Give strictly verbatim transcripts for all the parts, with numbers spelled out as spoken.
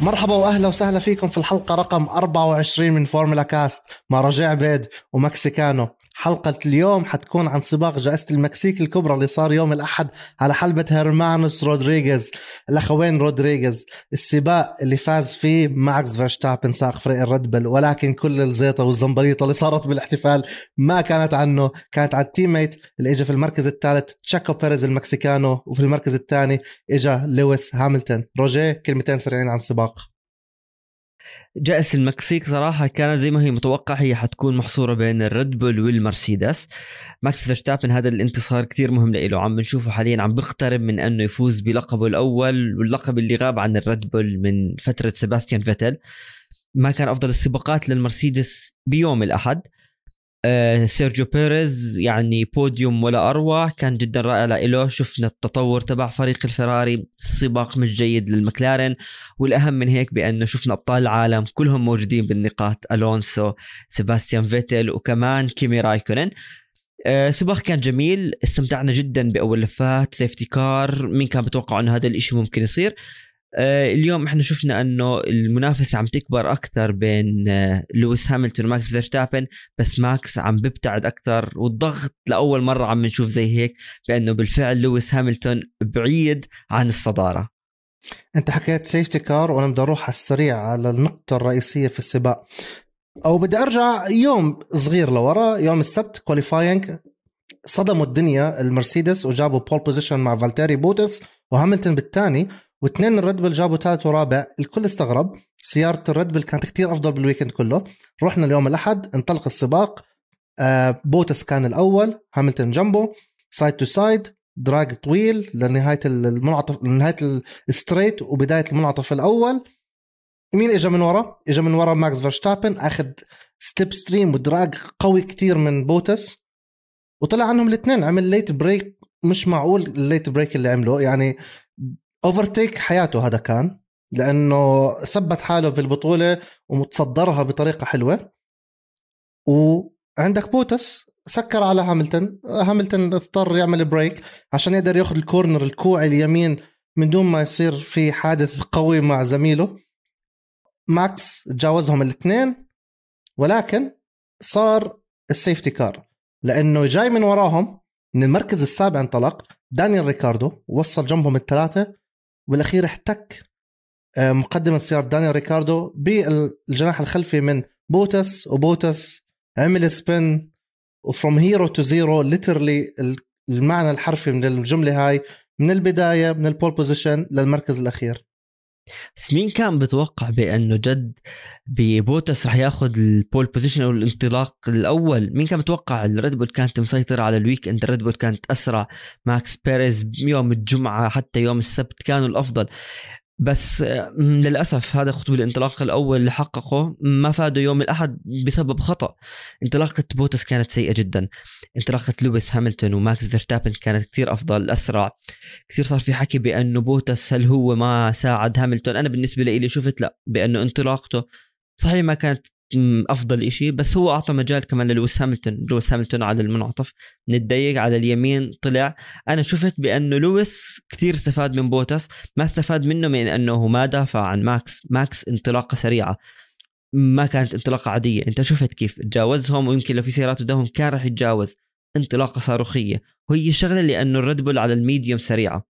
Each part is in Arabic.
مرحبا وأهلا وسهلا فيكم في الحلقة رقم أربعة وعشرين من فورمولا كاست مع رجاء عبيد ومكسيكانو. حلقة اليوم حتكون عن سباق جائزة المكسيك الكبرى اللي صار يوم الأحد على حلبة هيرمانوس رودريغيز، الأخوين رودريغيز. السباق اللي فاز فيه ماكس فيرستابن سائق فريق الريد بول، ولكن كل الزيطة والزنبليطة اللي صارت بالاحتفال ما كانت عنه، كانت على التيميت اللي اجى في المركز الثالث تشاكو بيريز المكسيكانو، وفي المركز الثاني اجى لويس هاملتون. روجيه كلمتين سريعين عن السباق. جائزة المكسيك صراحة كانت زي ما هي متوقع، هي حتكون محصورة بين الريد بول والمرسيدس. ماكس فيرستابن هذا الانتصار كتير مهم له، عم بنشوفه حاليا عم بيقترب من أنه يفوز بلقبه الأول، واللقب اللي غاب عن الريد بول من فترة سيباستيان فيتل. ما كان أفضل السباقات للمرسيدس بيوم الأحد. آه سيرجيو بيريز يعني بوديوم ولا أروع، كان جدا رائع له. شفنا التطور تبع فريق الفراري، السباق مش جيد للمكلارين، والأهم من هيك بأنه شفنا أبطال العالم كلهم موجودين بالنقاط، ألونسو، سيباستيان فيتل، وكمان كيمي رايكونن. آه سباق كان جميل، استمتعنا جدا بأول لفات سيفتي كار. مين كان بتوقع أنه هذا الاشي ممكن يصير؟ آه اليوم احنا شفنا انه المنافسة عم تكبر اكتر بين آه لويس هاملتون وماكس فيرستابن، بس ماكس عم ببتعد اكتر، والضغط لأول مرة عم نشوف زي هيك، بأنه بالفعل لويس هاملتون بعيد عن الصدارة. انت حكيت سيفتي كار، وانا بدي اروح على السريع على النقطة الرئيسية في السباق، او بدي ارجع يوم صغير لورا. يوم السبت كواليفاينج صدموا الدنيا المرسيدس وجابوا بول بوزيشن مع فالتيري بوتس وهاملتون بالثاني، واثنين الريد بول جابوا ثالث ورابع. الكل استغرب، سيارة الريد بول كانت كتير أفضل بالويكند كله. رحنا اليوم الأحد انطلق السباق. آه بوتس كان الأول، هاملتون جنبه، سايد تو سايد، دراج طويل لنهاية المنعطف، لنهاية الستريت وبداية المنعطف الأول. مين إجا من ورا؟ إجا من ورا ماكس فيرستابن، أخذ ستيب ستريم ودراج قوي كتير من بوتس، وطلع عنهم الاثنين. عمل ليت بريك مش معقول، الليت بريك اللي عمله يعني اوفرتيك حياته هذا كان، لأنه ثبت حاله في البطولة ومتصدرها بطريقة حلوة. وعندك بوتس سكر على هاملتون، هاملتون اضطر يعمل بريك عشان يقدر ياخد الكورنر الكوع اليمين من دون ما يصير في حادث قوي مع زميله. ماكس تجاوزهم الاثنين، ولكن صار السيفتي كار لأنه جاي من وراهم من المركز السابع انطلق دانيال ريكاردو، وصل جنبهم الثلاثة، والأخير احتك مقدم السيارة دانيال ريكاردو بالجناح الخلفي من بوتس، وبوتس عمل سبين وفروم هيرو تو زيرو ليترلي المعنى الحرفي من الجملة هاي، من البداية من البول بوزيشن للمركز الأخير. بس مين كان بتوقع بأنه جد ببوتس رح ياخد البول بوزيشن أو الانطلاق الأول؟ مين كان بتوقع؟ الريد بول كانت مسيطرة على الويك اند، الريد بول كانت أسرع، ماكس بيريز يوم الجمعة حتى يوم السبت كانوا الأفضل، بس للأسف هذا خطوة الانطلاق الأول اللي حققه ما فاده يوم الأحد بسبب خطأ. انطلاقة بوتس كانت سيئة جدا، انطلاقة لويس هاملتون وماكس فيرستابن كانت كتير أفضل أسرع. كتير صار في حكي بأنه بوتس هل هو ما ساعد هاملتون؟ أنا بالنسبة لي شفت لا، بأنه انطلاقته صحيح ما كانت أفضل إشي، بس هو أعطى مجال كمان للويس هاملتون. لويس هاملتون على المنعطف من الضيق على اليمين طلع. أنا شفت بأنه لويس كتير استفاد من بوتس، ما استفاد منه من أنه ما دافع عن ماكس. ماكس انطلاقة سريعة، ما كانت انطلاقة عادية. أنت شفت كيف تجاوزهم، ويمكن لو في سيارات قدامهم كان رح يتجاوز. انطلاقة صاروخية، وهي الشغلة لأنه الريد بول على الميديوم سريعة.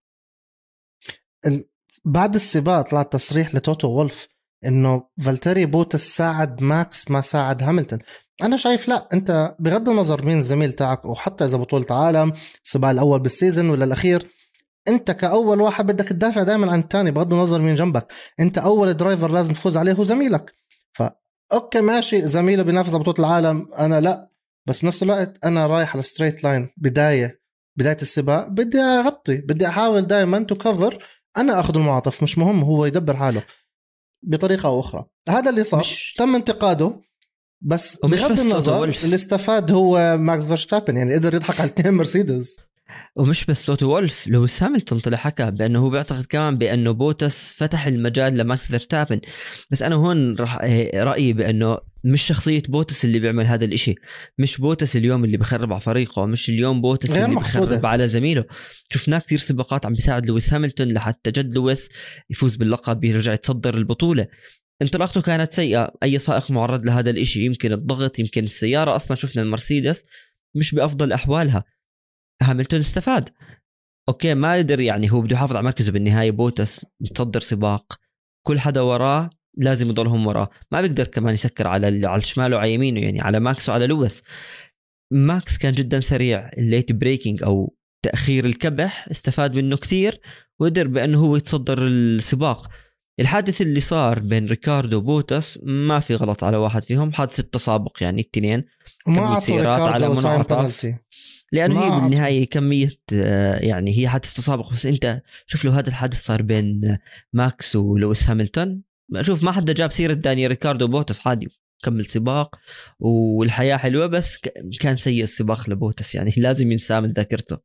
بعد السباق طلع تصريح لتوتو وولف انه فالتيري بوتس ساعد ماكس ما ساعد هاملتون. انا شايف لا، انت بغض النظر مين الزميل تاعك، وحتى اذا بطولة عالم السباق الاول بالسيزن ولا الاخير، انت كاول واحد بدك تدافع دائما عن الثاني بغض النظر مين جنبك. انت اول درايفر لازم تفوز عليه هو زميلك. فا اوكي ماشي، زميله بينافس على بطولة العالم، انا لا، بس بنفس الوقت انا رايح على ستريت لاين بداية بداية السباق، بدي اغطي، بدي احاول دائما تو كفر، انا اخذ المعاطف، مش مهم هو يدبر حاله بطريقة أو أخرى. هذا اللي صار، مش... تم انتقاده، بس بغض النظر اللي استفاد هو ماكس فيرستابن، يعني قدر يضحك على الاثنين مرسيدس. ومش بس توتو وولف، لويس هامilton طلع حكى بأنه هو بيعتقد كمان بأنه بوتس فتح المجال لماكس فيرستابن. بس أنا هون رح رأيي بأنه مش شخصية بوتس اللي بيعمل هذا الاشي، مش بوتس اليوم اللي بخرب على فريقه، مش اليوم بوتس غير اللي محسودة. بخرب على زميله. شفناه كتير سباقات عم بيساعد لويس هامilton لحتى جد لويس يفوز باللقب، يرجع يتصدر البطولة. انطلاقته كانت سيئة، أي سائق معرض لهذا الاشي، يمكن الضغط، يمكن السيارة. أصلا شفنا المرسيدس مش بأفضل أحوالها. هامilton استفاد، اوكي ما قدر، يعني هو بده يحافظ على مركزه بالنهايه. بوتس متصدر سباق، كل حدا وراه لازم يضلهم وراه، ما بيقدر كمان يسكر على على شماله وعلى يمينه، يعني على ماكس وعلى لويس. ماكس كان جدا سريع، الليت بريكنج او تاخير الكبح استفاد منه كثير، وقدر بانه هو يتصدر السباق. الحادث اللي صار بين ريكاردو وبوتس ما في غلط على واحد فيهم، حادث التسابق، يعني التنين ما كمية عطوا سيارات على ريكاردو تايم منعطف، بنالتي، لأنه ما هي عطوا. بالنهاية كمية يعني هي حادث تسابق. بس أنت شوف لو هذا الحادث صار بين ماكس ولويس هامilton، شوف ما حدا جاب سيرة داني ريكاردو بوتس، عادي كمل سباق والحياة حلوة. بس كان سيء السباق لبوتس، يعني لازم ينساه من ذاكرته.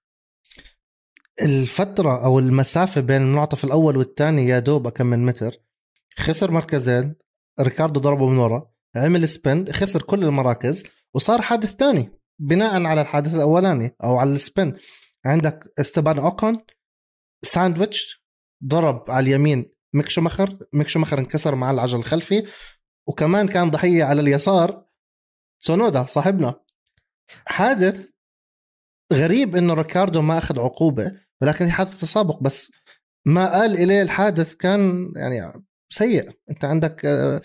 الفترة أو المسافة بين المنعطف الأول والثاني يا دوب كم من متر، خسر مركزين، ريكاردو ضربه من ورا، عمل سبين، خسر كل المراكز، وصار حادث ثاني بناء على الحادث الأولاني أو على السبين. عندك استبان أوكون ساندويتش، ضرب على اليمين ميك شوماخر، ميك شوماخر انكسر مع العجل الخلفي، وكمان كان ضحية على اليسار تسونودا صاحبنا. حادث غريب إنه ريكاردو ما أخذ عقوبة، ولكن هي حادث تسابق، بس ما قال إليه الحادث كان يعني سيء. انت عندك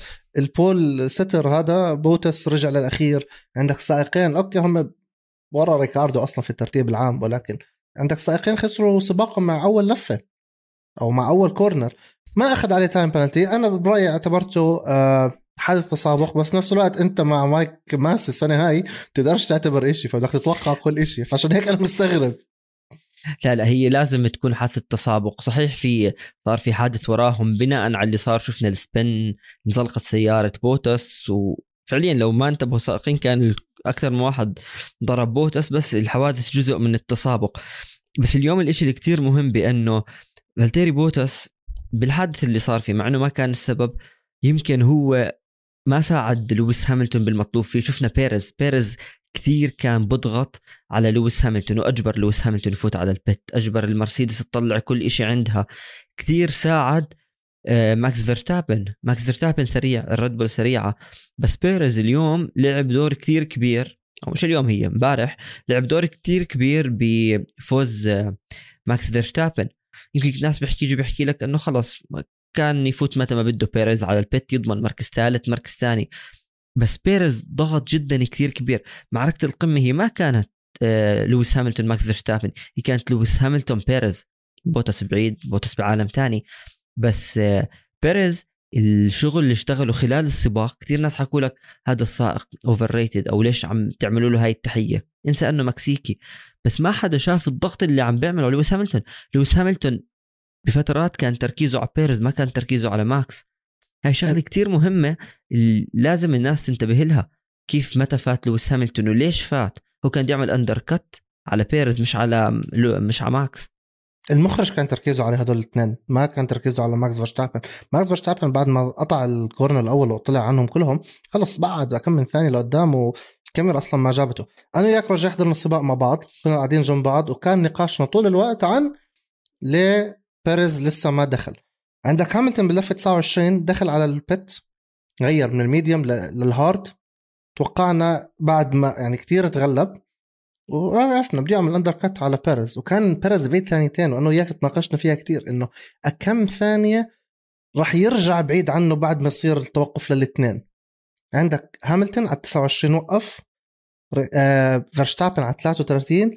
البول ستر هذا بوتس رجع للأخير، عندك سائقين اوكي هم ورا ريكاردو اصلا في الترتيب العام، ولكن عندك سائقين خسروا سباقهم مع اول لفة او مع اول كورنر، ما اخذ عليه تايم بنالتي. انا برأيي اعتبرته حادث تسابق، بس نفس الوقت انت مع مايك ماسي السنة هاي تقدرش تعتبر اشي، فبدك تتوقع كل اشي، فعشان هيك انا مستغرب. لا لا هي لازم تكون حادث تسابق صحيح. في صار في حادث وراهم بناء على اللي صار، شفنا السبن، انزلقت سيارة بوتس، وفعليا لو ما انتبهوا سائقين كان أكثر من واحد ضرب بوتس. بس الحوادث جزء من التسابق. بس اليوم الاشي اللي كتير مهم بأنه فالتيري بوتس بالحادث اللي صار فيه، مع انه ما كان السبب، يمكن هو ما ساعد لويس هامilton بالمطلوب فيه. شفنا بيريز بيريز كثير كان بضغط على لويس هامilton، وأجبر لويس هامilton يفوت على البيت، أجبر المرسيدس تطلع كل إشي عندها، كثير ساعد ماكس فيرستابن. ماكس فيرستابن سريع، الريد بول سريعة، بس بيريز اليوم لعب دور كثير كبير، أو مش اليوم، هي امبارح لعب دور كثير كبير بفوز ماكس فيرستابن. يمكن الناس بيحكي يجي بيحكي لك انه خلص كان يفوت متى ما بده بيريز على البيت، يضمن مركز ثالث مركز ثاني. بس بيريز ضغط جدا كثير كبير. معركة القمة هي ما كانت آه لويس هامilton ماكس فيرستابن، هي كانت لويس هامilton بيريز. بوتس بعيد، بوتس بعالم تاني، بس آه بيريز الشغل اللي اشتغله خلال السباق، كثير ناس حكوا لك هذا السائق اوفر ريتد، او ليش عم تعملوا له هاي التحية، انسى انه مكسيكي. بس ما حدا شاف الضغط اللي عم بيعمله لويس هامilton. لويس هامilton بفترات كان تركيزه على بيريز، ما كان تركيزه على ماكس. هاي شغلة كتير مهمة لازم الناس تنتبه لها. كيف متى فات لويس هامilton وليش فات؟ هو كان يعمل اندر كت على بيريز، مش على مش على ماكس. المخرج كان تركيزه على هدول الاثنين، ما كان تركيزه على ماكس فيرستابن. ماكس فيرستابن بعد ما قطع الكورنر الاول وطلع عنهم كلهم خلص بعد كم من ثانيه لقدام، والكاميرا اصلا ما جابته. انا وياك رجع حضرنا السباق مع بعض، كنا قاعدين جنب بعض، وكان نقاشنا طول الوقت عن ليه بيريز لسه ما دخل. عندك هامilton باللفه تسعة وعشرين دخل على البيت، غير من الميديوم للهارد، توقعنا بعد ما يعني كتير تغلب وعرفنا بدي اعمل اندر كات على بيريز، وكان بيريز بعيد ثانيتين، وانه وياك تناقشنا فيها كتير انه كم ثانيه راح يرجع بعيد عنه بعد ما يصير التوقف للاثنين. عندك هامilton على تسعة وعشرين وقف، آه فيرستابن على ثلاثة وثلاثين،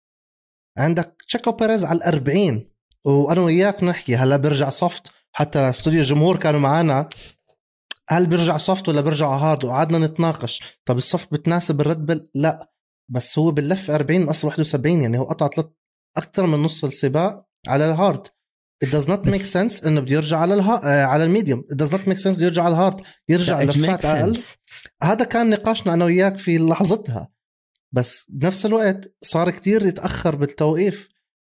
عندك تشيكو بيريز على الأربعين. وانا وياك نحكي هلا بيرجع سوفت، حتى استوديو الجمهور كانوا معانا، هل بيرجع سوفت ولا بيرجع هارد؟ وقعدنا نتناقش طب السوفت بتناسب الريد بل؟ لا، بس هو باللف أربعين من أصل واحد وسبعين، يعني هو قطع ثلاث أكثر من نص السباق على الهارد. It does not make sense إنه بده يرجع على الها... على الميديوم. It does not make sense يرجع على الهارد، يرجع لفات أقل. هذا كان نقاشنا أنا وياك في لحظتها. بس بنفس الوقت صار كتير يتأخر بالتوقيف.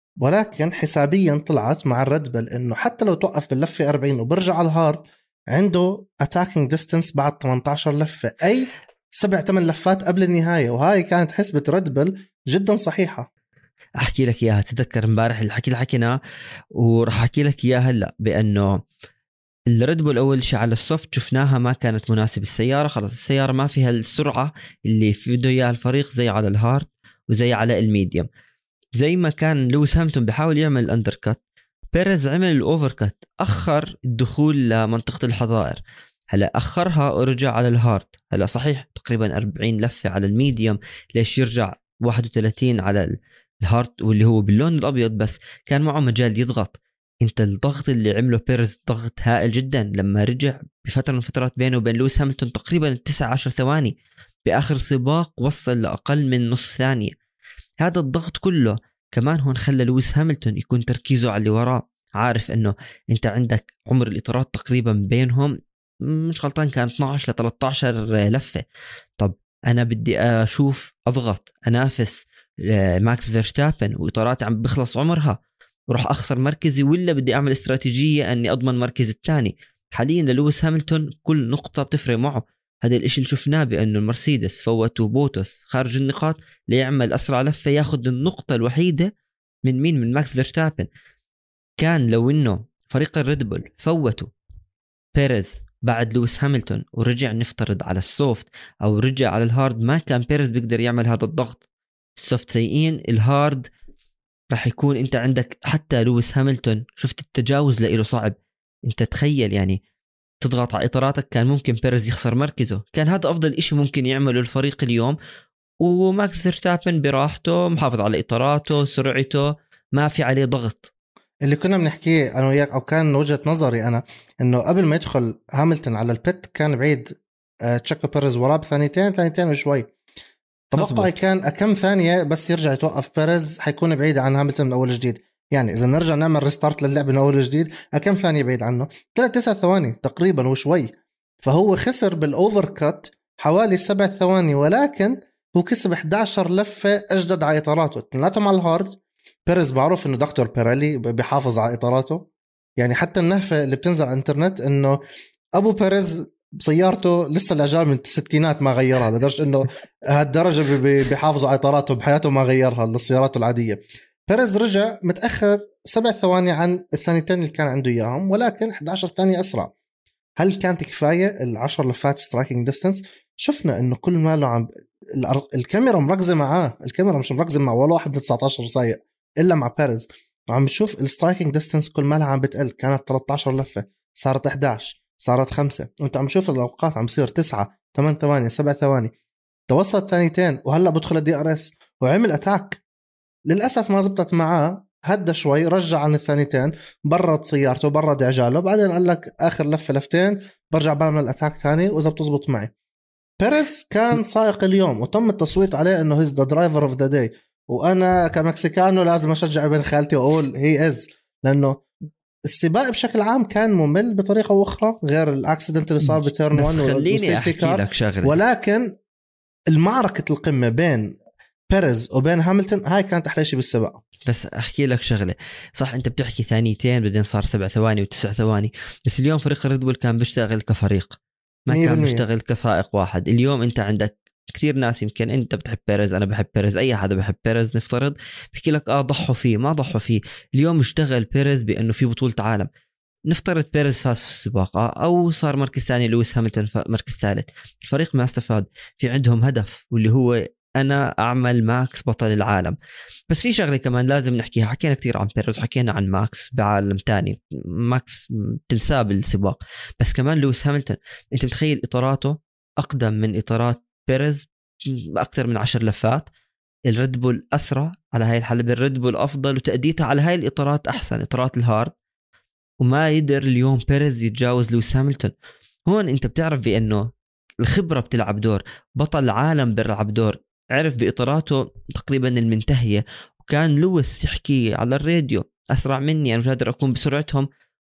ولكن حسابيا طلعت مع الريد بل انه حتى لو توقف باللفة أربعين وبرجع على الهارد عنده attacking distance بعد ثمانية عشر لفة، اي سبع ثمان لفات قبل النهاية، وهاي كانت حسبة ريد بل جدا صحيحة. احكي لك اياها، تذكر امبارح الحكي اللي حكيناه وراح احكي لك اياها هلا، بانه الريد بول اول شيء على السوفت شفناها ما كانت مناسبة السيارة، خلص السيارة ما فيها السرعة اللي في بده اياها الفريق زي على الهارد وزي على الميديوم. زي ما كان لويس هامilton بيحاول يعمل الاندركت، بيريز عمل الاوفركت، اخر الدخول لمنطقة الحظائر. هلا اخرها ورجع على الهارد. هلا صحيح تقريبا أربعين لفة على الميديوم، ليش يرجع واحد وثلاثين على الهارد واللي هو باللون الابيض، بس كان معه مجال يضغط. انت الضغط اللي عمله بيريز ضغط هائل جدا لما رجع بفترة من فترات بينه وبين لويس هامilton تقريبا تسعة عشر ثواني، باخر سباق وصل لاقل من نص ثانية. هذا الضغط كله كمان هون خلى لويس هامilton يكون تركيزه على اللي وراه، عارف انه انت عندك عمر الاطارات تقريبا بينهم مش غلطان كان اثنا عشر ل ثلاثة عشر لفة. طب انا بدي اشوف اضغط انافس ماكس فيرستابن واطاراتي عم بخلص عمرها وراح اخسر مركزي، ولا بدي اعمل استراتيجية اني اضمن مركز الثاني. حاليا للويس هامilton كل نقطة بتفرق معه. هذا الاشي اللي شفناه بانه المرسيدس فوتوا بوتوس خارج النقاط ليعمل اسرع لفة ياخذ النقطة الوحيدة من مين؟ من ماكس فيرستابن. كان لو انه فريق الريد بول فوتوا بيريز بعد لويس هامilton ورجع نفترض على السوفت او رجع على الهارد، ما كان بيريز بيقدر يعمل هذا الضغط. السوفت سيئين، الهارد راح يكون انت عندك حتى لويس هامilton شفت التجاوز له صعب. انت تخيل يعني تضغط على اطاراتك، كان ممكن بيريز يخسر مركزه. كان هذا افضل اشي ممكن يعمله الفريق اليوم، وماكس فيرستابن براحته محافظ على اطاراته سرعته ما في عليه ضغط. اللي كنا بنحكيه انا وياك او كان وجهة نظري انا انه قبل ما يدخل هامilton على البيت كان بعيد تشيكو بيريز وراه بثانيتين ثانيتين وشوي. توقعي كان كم ثانية بس يرجع يتوقف بيريز حيكون بعيد عن هامilton من اول جديد. يعني اذا نرجع نعمل ريستارت للعب من اول جديد كم ثانية بعيد عنه؟ ثلاث تسع ثواني تقريبا وشوي. فهو خسر بالاوفر كات حوالي سبع ثواني، ولكن هو كسب إحدى عشر لفة اجدد على اطاراته ثلاثة على الهارد. بيريز بعرف انه دكتور بيرالي بيحافظ على اطاراته. يعني حتى النهفة اللي بتنزل على الانترنت انه ابو بيريز سيارته لسه الأجال من الستينات ما غيرها، لدرجة انه هالدرجة بيحافظوا على اطاراته بحياته ما غيرها للسيارات العادية. بيريز رجع متأخر سبع ثواني عن الثانيتين اللي كان عنده اياهم، ولكن إحدى عشر ثانية اسرع. هل كانت كفاية العشر لفات سترايكينج ديستنس؟ شفنا انه كل ما له عم الكاميرا مركزة معاه، الكاميرا مش مركزة مع ولا واحد من تسعة عشر سايق الا مع بيريز، وعم بتشوف السترايكينج ديستنس كل ما لها عم بتقل. كانت ثلاثة عشر لفة صارت إحدى عشر صارت خمسة، وانت عم تشوف الاوقات عم بصير تسعة ثمانية ثواني سبع ثواني. توصل ثانيتين وهلا بدخل الدي ار اس وعمل اتاك. للاسف ما زبطت معاه، هدى شوي رجع عن الثانيتين، برد سيارته برد عجاله، بعدين قال لك اخر لفه لفتين برجع بعمل الاتاك ثاني واذا بتزبط معي. بيريز كان سائق اليوم وتم التصويت عليه انه هيز ذا درايفر اوف ذا داي، وانا كمكسيكانو لازم اشجع ابن خالتي واقول هي از، لانه السباق بشكل عام كان ممل بطريقه او اخرى غير الاكسيدنت اللي صار بتيرن واحد. خليني احكي لك شغله، ولكن المعركه القمه بين بيريز وبين هامilton هاي كانت احلى شيء بالسباق. بس احكي لك شغله، صح انت بتحكي ثانيتين بعدين صار سبع ثواني وتسع ثواني، بس اليوم فريق ريد بول كان بيشتغل كفريق ما كان بيشتغل كسائق واحد. اليوم انت عندك كثير ناس، يمكن انت بتحب بيريز انا بحب بيريز اي حدا بحب بيريز نفترض، بحكي لك اه ضحوا فيه ما ضحوا فيه. اليوم اشتغل بيريز بانه في بطولة عالم، نفترض بيريز فاز في السباق او صار مركز ثاني، لويس هامilton مركز ثالث، الفريق ما استفاد. في عندهم هدف واللي هو انا اعمل ماكس بطل العالم. بس في شغله كمان لازم نحكيها، حكينا كثير عن بيريز وحكينا عن ماكس بعالم تاني، ماكس تنساه بالسباق، بس كمان لويس هامilton انت متخيل اطاراته اقدم من اطارات بيريز اكثر من عشر لفات. الريد بول اسرع على هاي الحلبة، الريد بول افضل وتأديتها على هاي الاطارات احسن، اطارات الهارد، وما يقدر اليوم بيريز يتجاوز لويس هامilton. هون انت بتعرف بانه الخبرة بتلعب دور، بطل العالم بيلعب دور. عرف بإطاراته تقريبا المنتهية، وكان لويس يحكي على الراديو أسرع مني، أنا مش قادر أكون بسرعتهم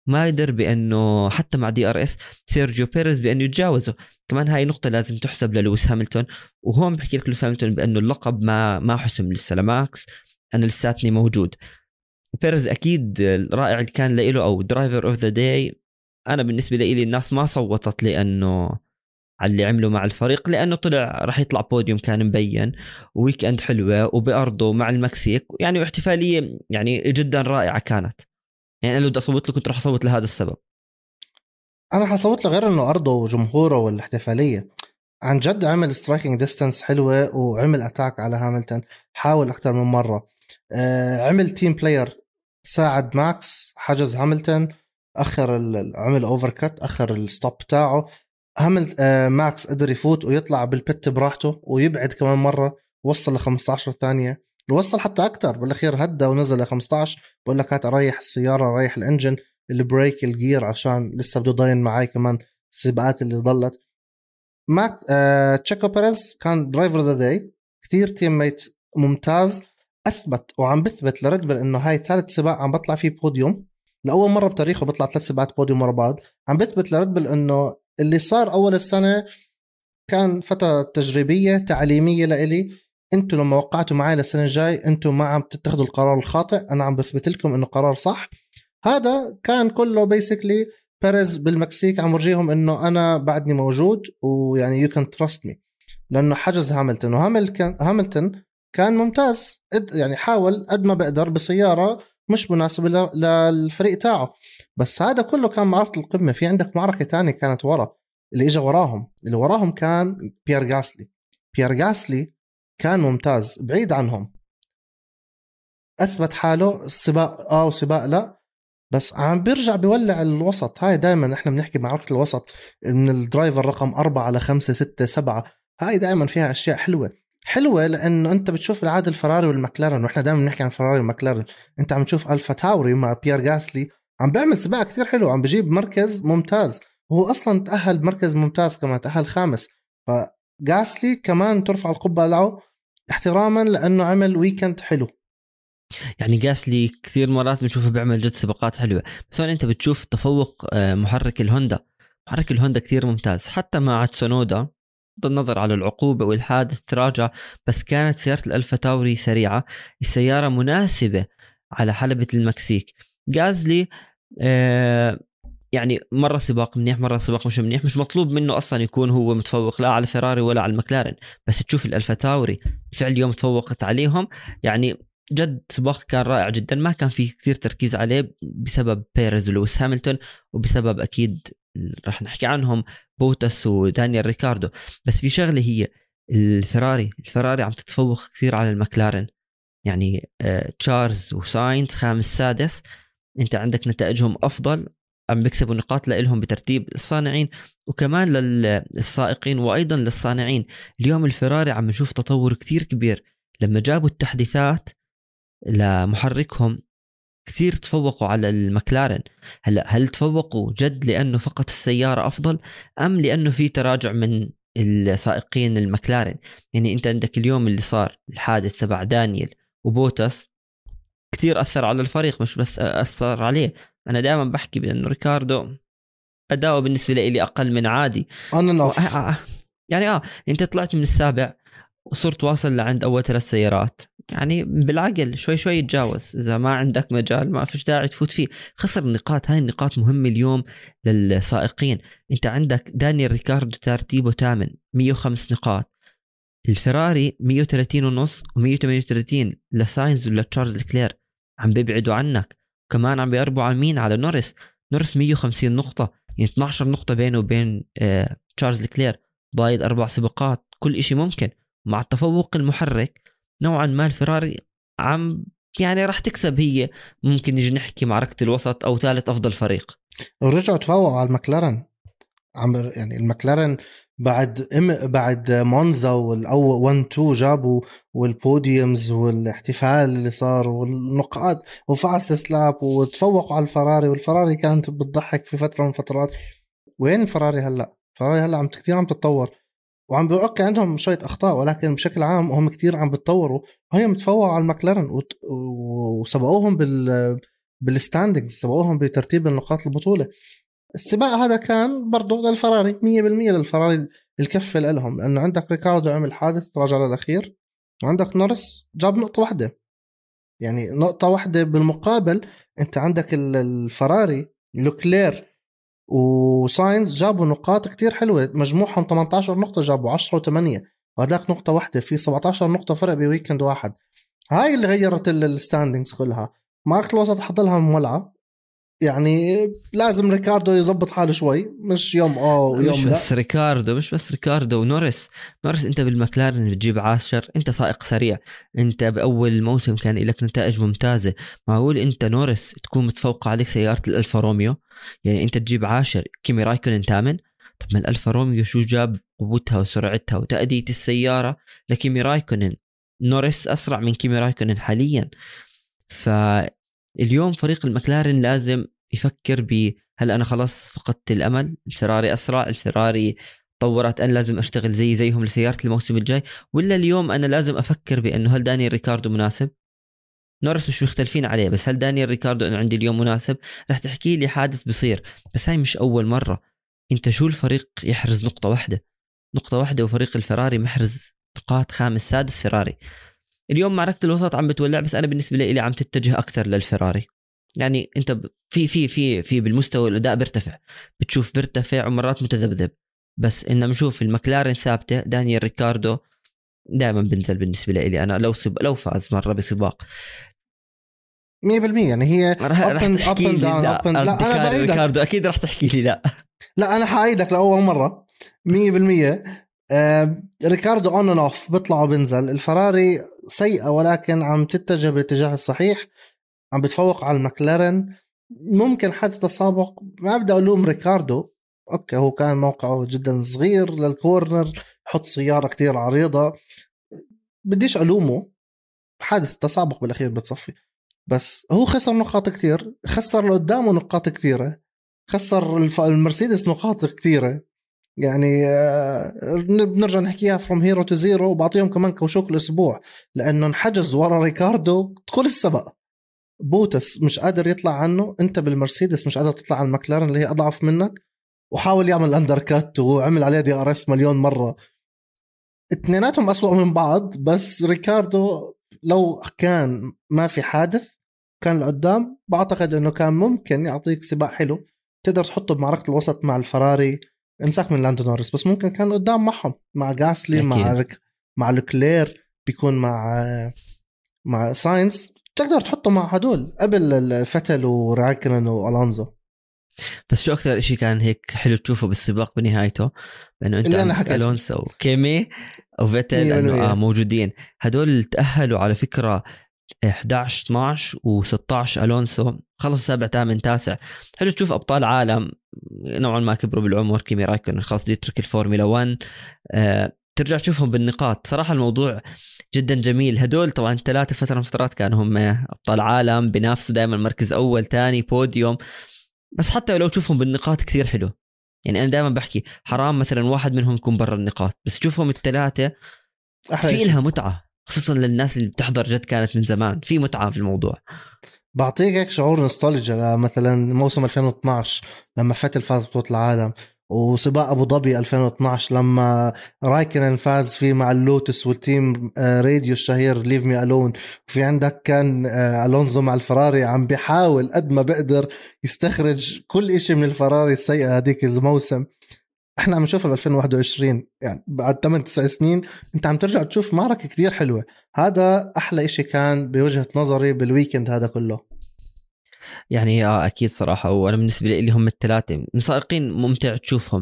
ما يقدر بأنه حتى مع دي ار اس سيرجيو بيريز بأنه يتجاوزه. كمان هاي نقطة لازم تحسب للويس هاملتون. وهون بحكي لك لويس هاملتون بأنه اللقب ما ما حسم لسه لماكس، أنا لساتني موجود. بيريز أكيد رائع اللي كان له أو درايفر أوف ذا داي. أنا بالنسبة لي الناس ما صوتت لأنه على اللي عمله مع الفريق، لأنه طلع راح يطلع بوديوم كان مبين، ويك أند حلوة وبأرضه مع المكسيك يعني، واحتفالية يعني جدا رائعة كانت. يعني لو بدي أصوت له كنت راح أصوت لهذا السبب. انا حصوت له غير انه ارضه وجمهوره والاحتفاليه، عن جد عمل سترايكنج ديستانس حلوه وعمل اتاك على هاملتون، حاول اكثر من مره. آه عمل تيم بلاير، ساعد ماكس، حجز هاملتون، اخر عمل اوفر كات، اخر الستوب بتاعه. هامل آه ماكس قدر يفوت ويطلع بالبت براحته ويبعد كمان مره، وصل ل خمسة عشر ثانيه، وصل حتى اكثر بالاخير، هدى ونزل ل خمسة عشر. بقول لك هات اريح السياره، ريح الانجن، البريك، الجير، عشان لسه بده ضاين معي كمان السباقات اللي ضلت. ماك آه، تشيكو بيريز كان درايفر ذا داي، كتير تيم ميت ممتاز، اثبت وعم بثبت لريد بل انه هاي ثالث سباق عم بطلع فيه بوديوم، لاول مره بتاريخه بيطلع ثلاث سباقات بوديوم ورا بعض. عم بثبت لريد بل انه اللي صار اول السنه كان فتره تجريبيه تعليميه لإلي، انتوا لما وقعتوا معي للسنه الجاي انتوا ما عم تتخذوا القرار الخاطئ، انا عم بثبت لكم انه قرار صح. هذا كان كله بيسكلي بيريز بالمكسيك عم ورجيهم انه انا بعدني موجود، ويعني يو كان تراست مي، لانه حجز هاملتون، وهاملتون كان ممتاز، يعني حاول قد ما بقدر بسياره مش مناسبه للفريق تاعه. بس هذا كله كان معركه القمه. في عندك معركه تانية كانت ورا، اللي اجى وراهم اللي وراهم كان بيير غاسلي. بيير غاسلي كان ممتاز بعيد عنهم، اثبت حاله السباق اه وسباق لا، بس عم بيرجع بيولع الوسط. هاي دائما احنا بنحكي معركة الوسط، من الدرايفر رقم أربعة على خمسة ستة سبعة، هاي دائما فيها أشياء حلوة حلوة، لأنه أنت بتشوف العادة الفراري والمكلارن، وإحنا دائما بنحكي عن فراري والمكلارن. أنت عم تشوف ألفا تاوري مع بيير غاسلي عم بيعمل سباق كتير حلو، عم بجيب مركز ممتاز، هو أصلا تأهل مركز ممتاز كمان، تأهل خامس. فغاسلي كمان ترفع القبعة له احتراما، لأنه عمل ويكند حلو. يعني غاسلي كثير مرات بنشوفه بيعمل جد سباقات حلوة، بس هون انت بتشوف تفوق محرك الهوندا. محرك الهوندا كثير ممتاز، حتى مع تسونودا بغض النظر على العقوبة والحادث تراجع، بس كانت سيارة الألفا تاوري سريعة، السيارة مناسبة على حلبة المكسيك. غازلي آه يعني مرة سباق منيح، مرة سباق مش منيح، مش مطلوب منه أصلا يكون هو متفوق لا على فيراري ولا على المكلارن، بس تشوف الألفا تاوري فعل اليوم تفوقت عليهم. يعني جد سباق كان رائع جدا، ما كان فيه كثير تركيز عليه بسبب بيريز ولويس هاملتون، وبسبب أكيد رح نحكي عنهم بوتاس ودانيال ريكاردو. بس في شغلة هي الفراري الفراري عم تتفوق كثير على المكلارن. يعني آه تشارلز وساينز خامس سادس، انت عندك نتائجهم أفضل، عم بيكسبوا نقاط لهم بترتيب الصانعين وكمان للسائقين وأيضا للصانعين. اليوم الفراري عم نشوف تطور كتير كبير، لما جابوا التحديثات لمحركهم كثير تفوقوا على المكلارن. هلا هل تفوقوا جد لأنه فقط السيارة أفضل، أم لأنه في تراجع من السائقين المكلارن؟ يعني أنت عندك اليوم اللي صار الحادث تبع دانيال وبوتاس كثير أثر على الفريق، مش بس أثر عليه. أنا دائما بحكي بأنه ريكاردو أداؤه بالنسبة لي أقل من عادي. و... يعني آه أنت طلعت من السابع وصرت واصل لعند أول ثلاث سيارات، يعني بالعقل شوي شوي يتجاوز، إذا ما عندك مجال ما فيش داعي تفوت فيه. خسر النقاط، هاي النقاط مهمة اليوم للسائقين. أنت عندك دانيال ريكاردو ترتيبه ثامن مية وخمس نقاط، الفراري مية وثلاثين ونص ومية وثمانية وثلاثين لساينز ولا تشارلز كلير، عم بيبعدوا عنك. كمان عم بيقربوا على مين؟ على نورس. نورس مية وخمسين نقطة، يعني اثنا عشر نقطة بينه وبين آه تشارلز كلير، ضايد أربع سباقات، كل إشي ممكن. مع التفوق المحرك نوعا ما الفراري عم يعني راح تكسب، هي ممكن نيجي نحكي معركة الوسط أو ثالث أفضل فريق. ورجعوا تفوقوا على المكلارن، عم يعني المكلارن بعد ام بعد مونزا والاول واحد اثنين جابوا والبوديومز والاحتفال اللي صار والنقاط وفاست سلاب وتفوقوا على الفراري، والفراري كانت بتضحك في فتره من فترات. وين الفراري هلا؟ الفراري هلا عم كثير عم تتطور، وعم بيوقع عندهم شويه اخطاء، ولكن بشكل عام هم كثير عم بتطوروا، وهي متفوقوا على المكلارن وسبقوهم بال بالستاندينجز سبقوهم بترتيب النقاط البطولة. السباق هذا كان برضو للفراري مية بالمية للفراري الكفة لهم، لأنه عندك ريكاردو عمل حادث راجع للأخير، وعندك نورس جاب نقطة واحدة، يعني نقطة واحدة. بالمقابل أنت عندك الفراري لوكلير وساينز جابوا نقاط كتير حلوة، مجموعهم ثمانية عشر نقطة، جابوا عشرة وثمانية، وهذاك نقطة واحدة في سبعة عشر نقطة فرق بويكند واحد. هاي اللي غيرت الستاندينجز كلها. معركة الوسط حضلها مولعة، يعني لازم ريكاردو يزبط حاله شوي، مش يوم اه ويوم مش لا. بس ريكاردو مش بس ريكاردو ونورس. نورس انت بالمكلارن بتجيب عاشر، انت سائق سريع، انت باول موسم كان لك نتائج ممتازه، معقول انت نورس تكون متفوق عليك سياره الالفا روميو؟ يعني انت تجيب عاشر، كيمي رايكونن ثامن. طب ما الالفا روميو شو جاب قوتها وسرعتها وتأدية السياره لكيمي رايكونن؟ نورس اسرع من كيمي رايكونن حاليا. فاليوم فريق المكلارن لازم يفكر ب هل أنا خلاص فقدت الأمل؟ الفراري أسرع، الفراري طورت، أنا لازم أشتغل زي زيهم لسيارة الموسم الجاي، ولا اليوم أنا لازم أفكر بأنه هل دانيال ريكاردو مناسب؟ نورس مش مختلفين عليه، بس هل دانيال ريكاردو أنه عندي اليوم مناسب؟ رح تحكي لي حادث بصير، بس هاي مش أول مرة. أنت شو الفريق يحرز نقطة واحدة نقطة واحدة وفريق الفراري محرز نقاط خامس سادس فراري. اليوم معركة الوسط عم بتولع، بس أنا بالنسبة لي عم تتجه أكثر للفراري. يعني انت في في في في بالمستوى الاداء بيرتفع، بتشوف بيرتفع ومرات متذبذب، بس انما نشوف المكلارن ثابته. دانيال ريكاردو دائما بنزل بالنسبه لي انا، لو سب لو فاز مره بسباق مية بالمية. يعني هي رح, رح تحكي لي لا, لا انا ريكاردو اكيد رح تحكي لي لا لا انا حايدك لاول مره مية بالمية. آه ريكاردو اون اند اوف بيطلع وبنزل. الفراري سيئه ولكن عم تتجه بالاتجاه الصحيح، عم بتفوق على المكلارن. ممكن حتى تسابق، ما بدي ألوم ريكاردو، أوكي هو كان موقعه جدا صغير للكورنر، حط سيارة كتير عريضة، بديش ألومه، حادث التسابق بالأخير بتصفي. بس هو خسر نقاط كتير، خسر اللي قدامه نقاط كتيرة، خسر المرسيدس نقاط كتيرة. يعني بنرجع نحكيها from hero to zero، وبعطيهم كمان كوشوك الأسبوع لأنه انحجز ورا ريكاردو طول السبق. بوتس مش قادر يطلع عنه، انت بالمرسيدس مش قادر تطلع على المكلارن اللي هي اضعف منك، وحاول يعمل اندر كات وعمل عليه دي ار اس مليون مره. اثنيناتهم اسوأ من بعض، بس ريكاردو لو كان ما في حادث كان لقدام، بعتقد انه كان ممكن يعطيك سباق حلو تقدر تحطه بمعركه الوسط مع الفراري. انساك من لاندو نورس، بس ممكن كان قدام معهم مع غاسلي، مع ريك مع لوكلير، بيكون مع مع ساينس، تقدر تحطه مع هدول قبل فتل ورايكنن والونزو. بس شو أكتر إشي كان هيك حلو تشوفه بالسباق بنهايته؟ لأنه أنت عندك ألونسو وكيمي وفتل أنه آه موجودين، هدول تأهلوا على فكرة إحدى عشر اثنا عشر وستة عشر. ألونسو خلص سابع ثامن تاسع. حلو تشوف أبطال عالم نوعا ما كبروا بالعمر، كيمي رايكنن خلاص دي يترك الفورمولا واحد، آه ترجع تشوفهم بالنقاط. صراحة الموضوع جدا جميل. هدول طبعا ثلاثة فترة من فترات كانوا هم أبطال عالم، بنافسوا دائما مركز أول تاني بوديوم، بس حتى لو تشوفهم بالنقاط كثير حلو. يعني أنا دائما بحكي حرام مثلا واحد منهم يكون برا النقاط، بس تشوفهم الثلاثة في لها متعة، خصوصا للناس اللي بتحضر جد كانت من زمان، في متعة في الموضوع. بعطيك شعور نوستالجيا مثلا موسم ألفين واثناشر لما فتل فاز بطولة العالم، وسباق أبو ظبي ألفين واثناشر لما رايكنن فاز فيه مع اللوتس والتيم راديو الشهير ليف مي ألون. في عندك كان ألونزو مع الفراري عم بيحاول قد ما بقدر يستخرج كل إشي من الفراري السيئة هذيك الموسم. احنا عم نشوفها ب ألفين وواحد وعشرين، يعني بعد ثمانية تسع سنين انت عم ترجع تشوف معركة كتير حلوة. هذا احلى اشي كان بوجهة نظري بالويكند هذا كله. يعني اه اكيد صراحة، وانا بالنسبة لي هم الثلاثة سائقين ممتع تشوفهم.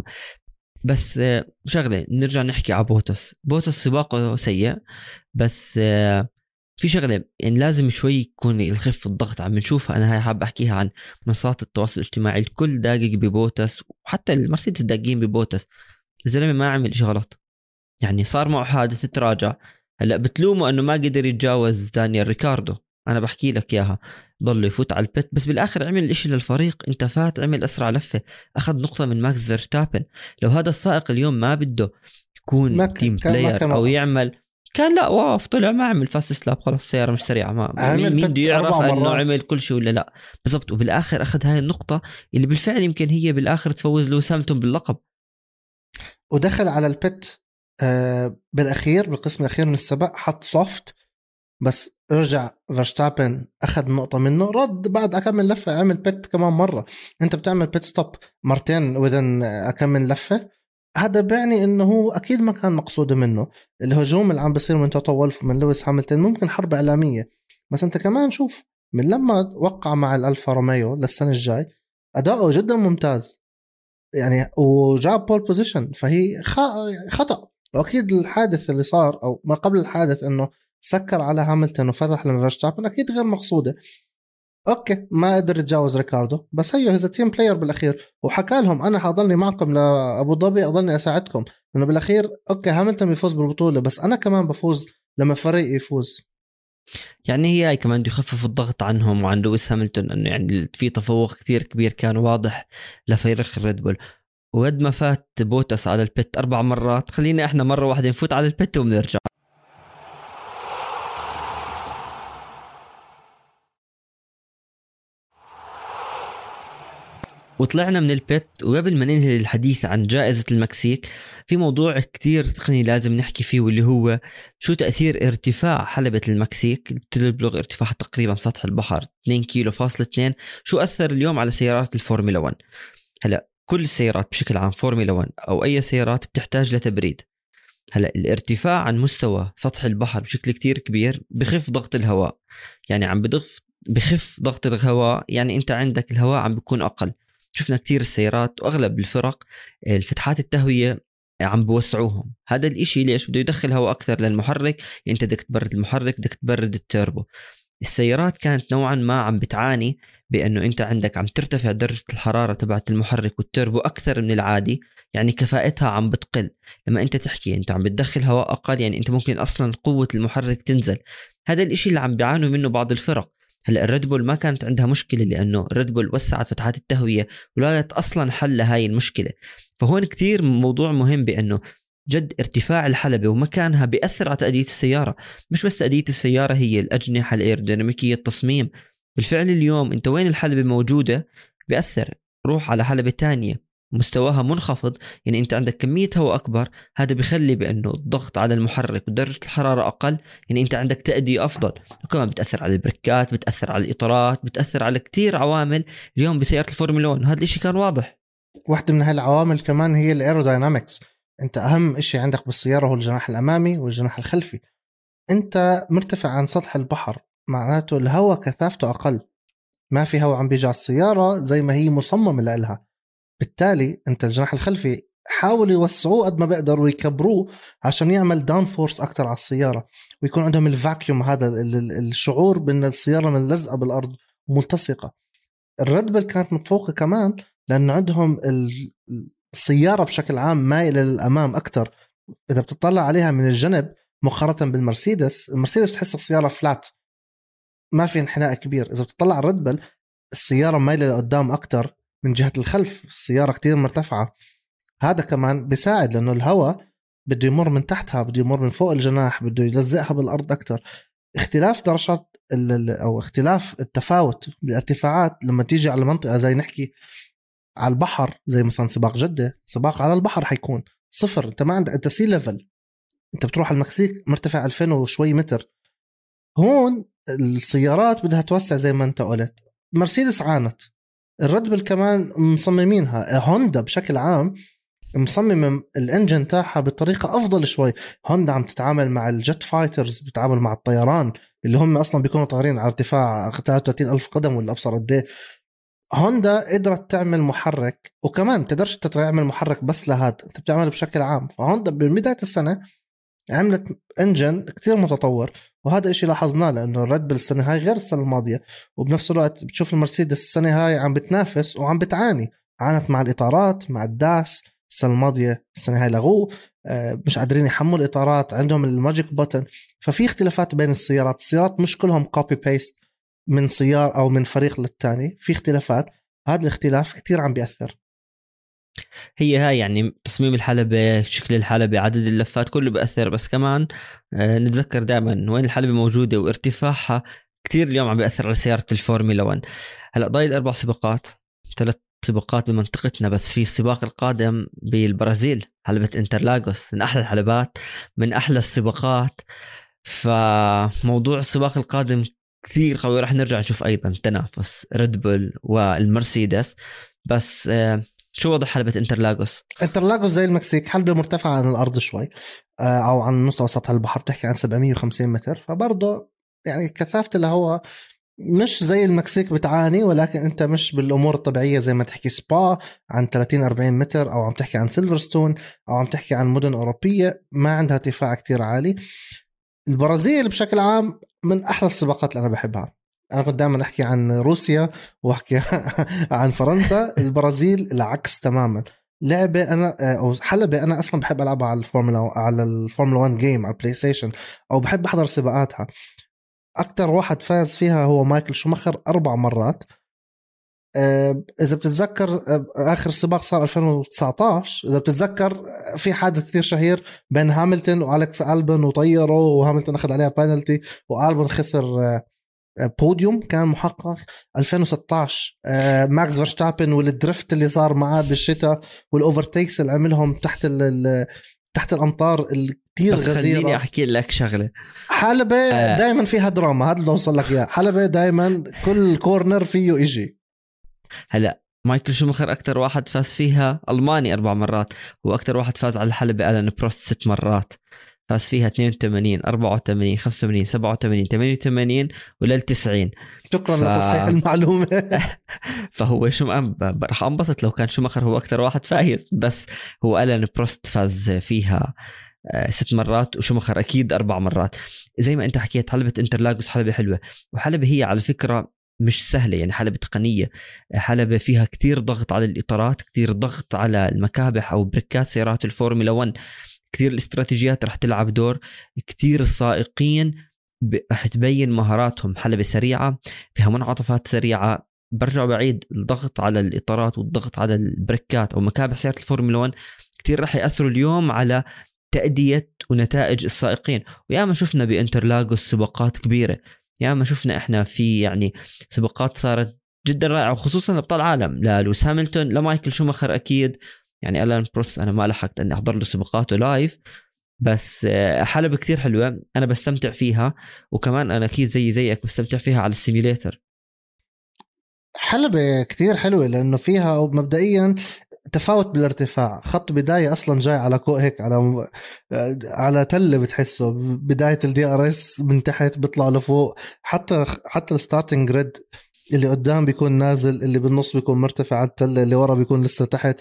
بس آه شغلة نرجع نحكي على بوتس. بوتس سباقه سيء، بس آه في شغلة يعني لازم شوي يكون يخف الضغط. عم نشوفها أنا هاي حاب أحكيها عن منصات التواصل الاجتماعي، الكل داقق ببوتس، وحتى المرسيدس داقين ببوتس. الزلمة ما عمل إشي غلط، يعني صار معه حادث تراجع، هلأ بتلومه أنه ما قدر يتجاوز دانيال ريكاردو. أنا بحكي لك إياها، ضل يفوت على البيت، بس بالآخر عمل إشي للفريق. انت فات عمل أسرع لفة، أخذ نقطة من ماكس فيرستابن. لو هذا السائق اليوم ما بده يكون تيم بلاير أو يعمل كان لا واف طلع ما عمل فاست سلاب خلاص السيارة مش سريعة ما مين مين بده يعرف انه عمل كل شيء ولا لا بالضبط. وبالاخر اخذ هاي النقطة اللي بالفعل يمكن هي بالاخر تفوز لويس هاملتون باللقب ودخل على البيت آه بالاخير بالقسم الاخير من السباق حط سوفت بس رجع فيرستابن اخذ نقطة منه رد بعد اكمل لفة عمل بيت كمان مرة. انت بتعمل بيت ستوب مرتين وذن اكمل لفة هذا بيعني انه هو اكيد ما كان مقصود منه. الهجوم اللي عم بيصير من توتو وولف من لويس هاملتون ممكن حرب اعلامية بس انت كمان شوف من لما وقع مع الالفا روميو للسنة الجاي اداؤه جدا ممتاز يعني وجاب بول بوزيشن فهي خطأ. واكيد الحادث اللي صار او ما قبل الحادث انه سكر على هاملتون وفتح لفيرستابن اكيد غير مقصوده. اوكي ما قدر يتجاوز ريكاردو بس هي هذا تيم بلاير بالاخير وحكى لهم انا حاضلني معكم لابو ظبي اضلني اساعدكم لانه بالاخير اوكي هاملتون بيفوز بالبطوله بس انا كمان بفوز لما فريق يفوز. يعني هي كمان يخفف الضغط عنهم وعن لويس هاملتون انه يعني في تفوق كثير كبير كان واضح لفريق الريد بول. وقد ما فات بوتس على البيت اربع مرات خلينا احنا مره واحده نفوت على البيت وبنرجع. وطلعنا من البيت وقبل ما ننهي الحديث عن جائزة المكسيك في موضوع كتير تقني لازم نحكي فيه واللي هو شو تأثير ارتفاع حلبة المكسيك اللي بتبلغ ارتفاع تقريبا سطح البحر اثنين كيلو فاصلة اثنين شو أثر اليوم على سيارات الفورمولا واحد. هلأ كل السيارات بشكل عام فورمولا واحد أو أي سيارات بتحتاج لتبريد. هلأ الارتفاع عن مستوى سطح البحر بشكل كتير كبير بخف ضغط الهواء يعني عم بضغط بخف ضغط الهواء يعني أنت عندك الهواء عم بيكون أقل. شفنا كتير السيارات وأغلب الفرق الفتحات التهوية عم بوسعوهم. هذا الاشي ليش بده يدخل هواء أكثر للمحرك يعني أنت بدك تبرد المحرك بدك تبرد التيربو. السيارات كانت نوعا ما عم بتعاني بأنه أنت عندك عم ترتفع درجة الحرارة تبعت المحرك والتيربو أكثر من العادي يعني كفاءتها عم بتقل. لما أنت تحكي أنت عم بتدخل هواء أقل يعني أنت ممكن أصلا قوة المحرك تنزل. هذا الاشي اللي عم بيعانوا منه بعض الفرق. هلا الريد بول ما كانت عندها مشكلة لأنه الريد بول وسعت فتحات التهوية ولاقت أصلا حل لهاي المشكلة. فهون كتير موضوع مهم بأنه جد ارتفاع الحلبة ومكانها بيأثر على تأدية السيارة. مش بس تأدية السيارة هي الأجنحة الإيروديناميكية التصميم بالفعل اليوم أنت وين الحلبة موجودة بيأثر. روح على حلبة تانية مستواها منخفض يعني أنت عندك كمية هواء أكبر هذا بيخلي بأنه الضغط على المحرك ودرجة الحرارة أقل يعني أنت عندك تأدية أفضل. وكمان بتأثر على البريكات بتأثر على الإطارات بتأثر على كتير عوامل اليوم بسيارة الفورمولا واحد. هذا الإشي كان واضح. واحدة من هالعوامل كمان هي الإيروداينامكس. أنت أهم إشي عندك بالسيارة هو الجناح الأمامي والجناح الخلفي. أنت مرتفع عن سطح البحر معناته الهواء كثافته أقل ما في هواء عم بيجي على السيارة زي ما هي مصممة لها. بالتالي أنت الجناح الخلفي حاولوا يوسعوه قد ما بقدروا ويكبروه عشان يعمل داون فورس أكتر على السيارة ويكون عندهم الفاكيوم هذا الشعور بأن السيارة من لزقة بالأرض ملتصقة. الريد بول كانت متفوقة كمان لأنه عندهم السيارة بشكل عام مايلة للأمام أكتر. إذا بتطلع عليها من الجنب مقارنة بالمرسيدس المرسيدس تحس السيارة فلات ما في انحناء كبير. إذا بتطلع على الريد بول السيارة مايلة لقدام أكتر من جهة الخلف السيارة كتير مرتفعة. هذا كمان بيساعد لأنه الهواء بده يمر من تحتها بده يمر من فوق الجناح بده يلزقها بالأرض أكتر. اختلاف درجات أو اختلاف التفاوت بالارتفاعات لما تيجي على منطقة زي نحكي على البحر زي مثلا سباق جدة سباق على البحر حيكون صفر. انت ما عندك انت سي ليفل انت بتروح على المكسيك مرتفع ألفين وشوي متر. هون السيارات بدها توسع زي ما انت قلت. مرسيدس عانت الريد بول كمان مصممينها. هوندا بشكل عام مصمم الانجن تاعها بطريقة أفضل شوي. هوندا عم تتعامل مع الجت فايترز بتتعامل مع الطيران اللي هم أصلا بيكونوا طايرين على ارتفاع ثلاثة وثلاثين ألف قدم ولا أبصر قد ايه. هوندا قدرت تعمل محرك وكمان تقدرش تعمل محرك بس لهذا انت بتعمله بشكل عام. فهوندا ببداية السنة عملت انجن كتير متطور وهذا إشي لاحظناه لأنه الريد بول السنة هاي غير السنة الماضية. وبنفس الوقت بتشوف المرسيدس السنة هاي عم بتنافس وعم بتعاني عانت مع الإطارات مع الداس السنة الماضية السنة هاي لغوه مش قادرين يحملوا الإطارات عندهم الماجيك بوتن. ففي اختلافات بين السيارات. السيارات مش كلهم كوبي بيست من سيارة أو من فريق للتاني في اختلافات. هذا الاختلاف كتير عم بيأثر. هي هاي يعني تصميم الحلبة، شكل الحلبة، عدد اللفات، كله بأثر. بس كمان آه نتذكر دائما وين الحلبة موجودة وارتفاعها كتير اليوم عم بيأثر على سيارة الفورمولا واحد. هلأ ضايل أربع سباقات، ثلاث سباقات بمنطقتنا، بس في السباق القادم بالبرازيل حلبة انترلاغوس، من أحلى الحلبات، من أحلى السباقات. فموضوع السباق القادم كثير قوي. رح نرجع نشوف أيضا تنافس ريد بول والمرسيدس. بس آه شو وضع حلبة انترلاغوس؟ انترلاغوس زي المكسيك، حلبة مرتفعة عن الأرض شوي أو عن مستوى سطح البحر، بتحكي عن سبعمية وخمسين متر، فبرضه يعني كثافة الهواء مش زي المكسيك بتعاني، ولكن انت مش بالامور الطبيعيه زي ما تحكي سبا عن ثلاثين أربعين متر، او عم تحكي عن سيلفرستون، او عم تحكي عن مدن اوروبيه ما عندها ارتفاع كتير عالي. البرازيل بشكل عام من احلى السباقات اللي انا بحبها. انا كنت دائما احكي عن روسيا واحكي عن فرنسا، البرازيل العكس تماما. لعبه انا او حلبه انا اصلا بحب العبها على الفورمولا على الفورمولا واحد جيم على البلاي ستيشن، او بحب احضر سباقاتها. أكتر واحد فاز فيها هو مايكل شوماخر أربع مرات. إذا بتتذكر آخر سباق صار ألفين وتسعتاشر، إذا بتتذكر في حادث كثير شهير بين هاملتون وأليكس ألبن وطيره، وهاملتون أخذ عليها بانلتي وألبن خسر بوديوم كان محقق. ألفين وستاشر ماكس فيرستابن والدريفت اللي صار معاه بالشتاء والأوفرتيكس اللي عملهم تحت ال تحت الأمطار كتير غزيرة. خليني أحكي لك شغلة، حلبة آه. دايما فيها دراما، هذا اللي أوصل لك إياه. حلبة دايما كل كورنر فيه إجي. هلأ مايكل شوماخر أكتر واحد فاز فيها ألماني أربع مرات، وأكتر واحد فاز على الحلبة ألان بروست ست مرات، فاز فيها اثنين وثمانين أربعة وثمانين خمسة وثمانين سبعة وثمانين ثمانية وثمانين ولل تسعين. شكرا ف... لتصحيح المعلومة. فهو شو رح أنبسط لو كان شوماخر هو أكتر واحد فايز، بس هو ألان بروست فاز فيها ست مرات، وشوماخر أكيد أربع مرات. زي ما أنت حكيت حلبة انترلاغوس حلبة حلوة، وحلبة هي على فكرة مش سهلة، يعني حلبة تقنية، حلبة فيها كتير ضغط على الإطارات، كتير ضغط على المكابح أو بريكات سيارات الفورمولا واحد، كتير الاستراتيجيات رح تلعب دور، كتير السائقين رح تبين مهاراتهم. حلبة سريعة فيها منعطفات سريعة، برجع بعيد الضغط على الإطارات والضغط على البريكات أو مكابح سيارات الفورمولا واحد كتير رح يأثروا اليوم على تأدية ونتائج السائقين. ويا ما شفنا بإنترلاغوس سباقات كبيرة، يا ما شفنا إحنا في يعني سباقات صارت جدا رائعة، وخصوصا أبطال عالم للويس هاملتون، لمايكل شوماخر أكيد. يعني ألان بروست أنا ما لحقت أني أحضر له سباقاته لايف، بس حلبة كتير حلوة أنا بستمتع فيها، وكمان أنا أكيد زي زيك بستمتع فيها على السيميليتر. حلبة كتير حلوة لأنه فيها مبدئيا تفاوت بالارتفاع، خط بداية أصلا جاي على كو هيك على على تلة بتحسه، بداية الدي ار اس من تحت بيطلع لفوق، حتى حتى الستارتنج جريد اللي قدام بيكون نازل، اللي بالنص بيكون مرتفع على التلة، اللي ورا بيكون لسه تحت.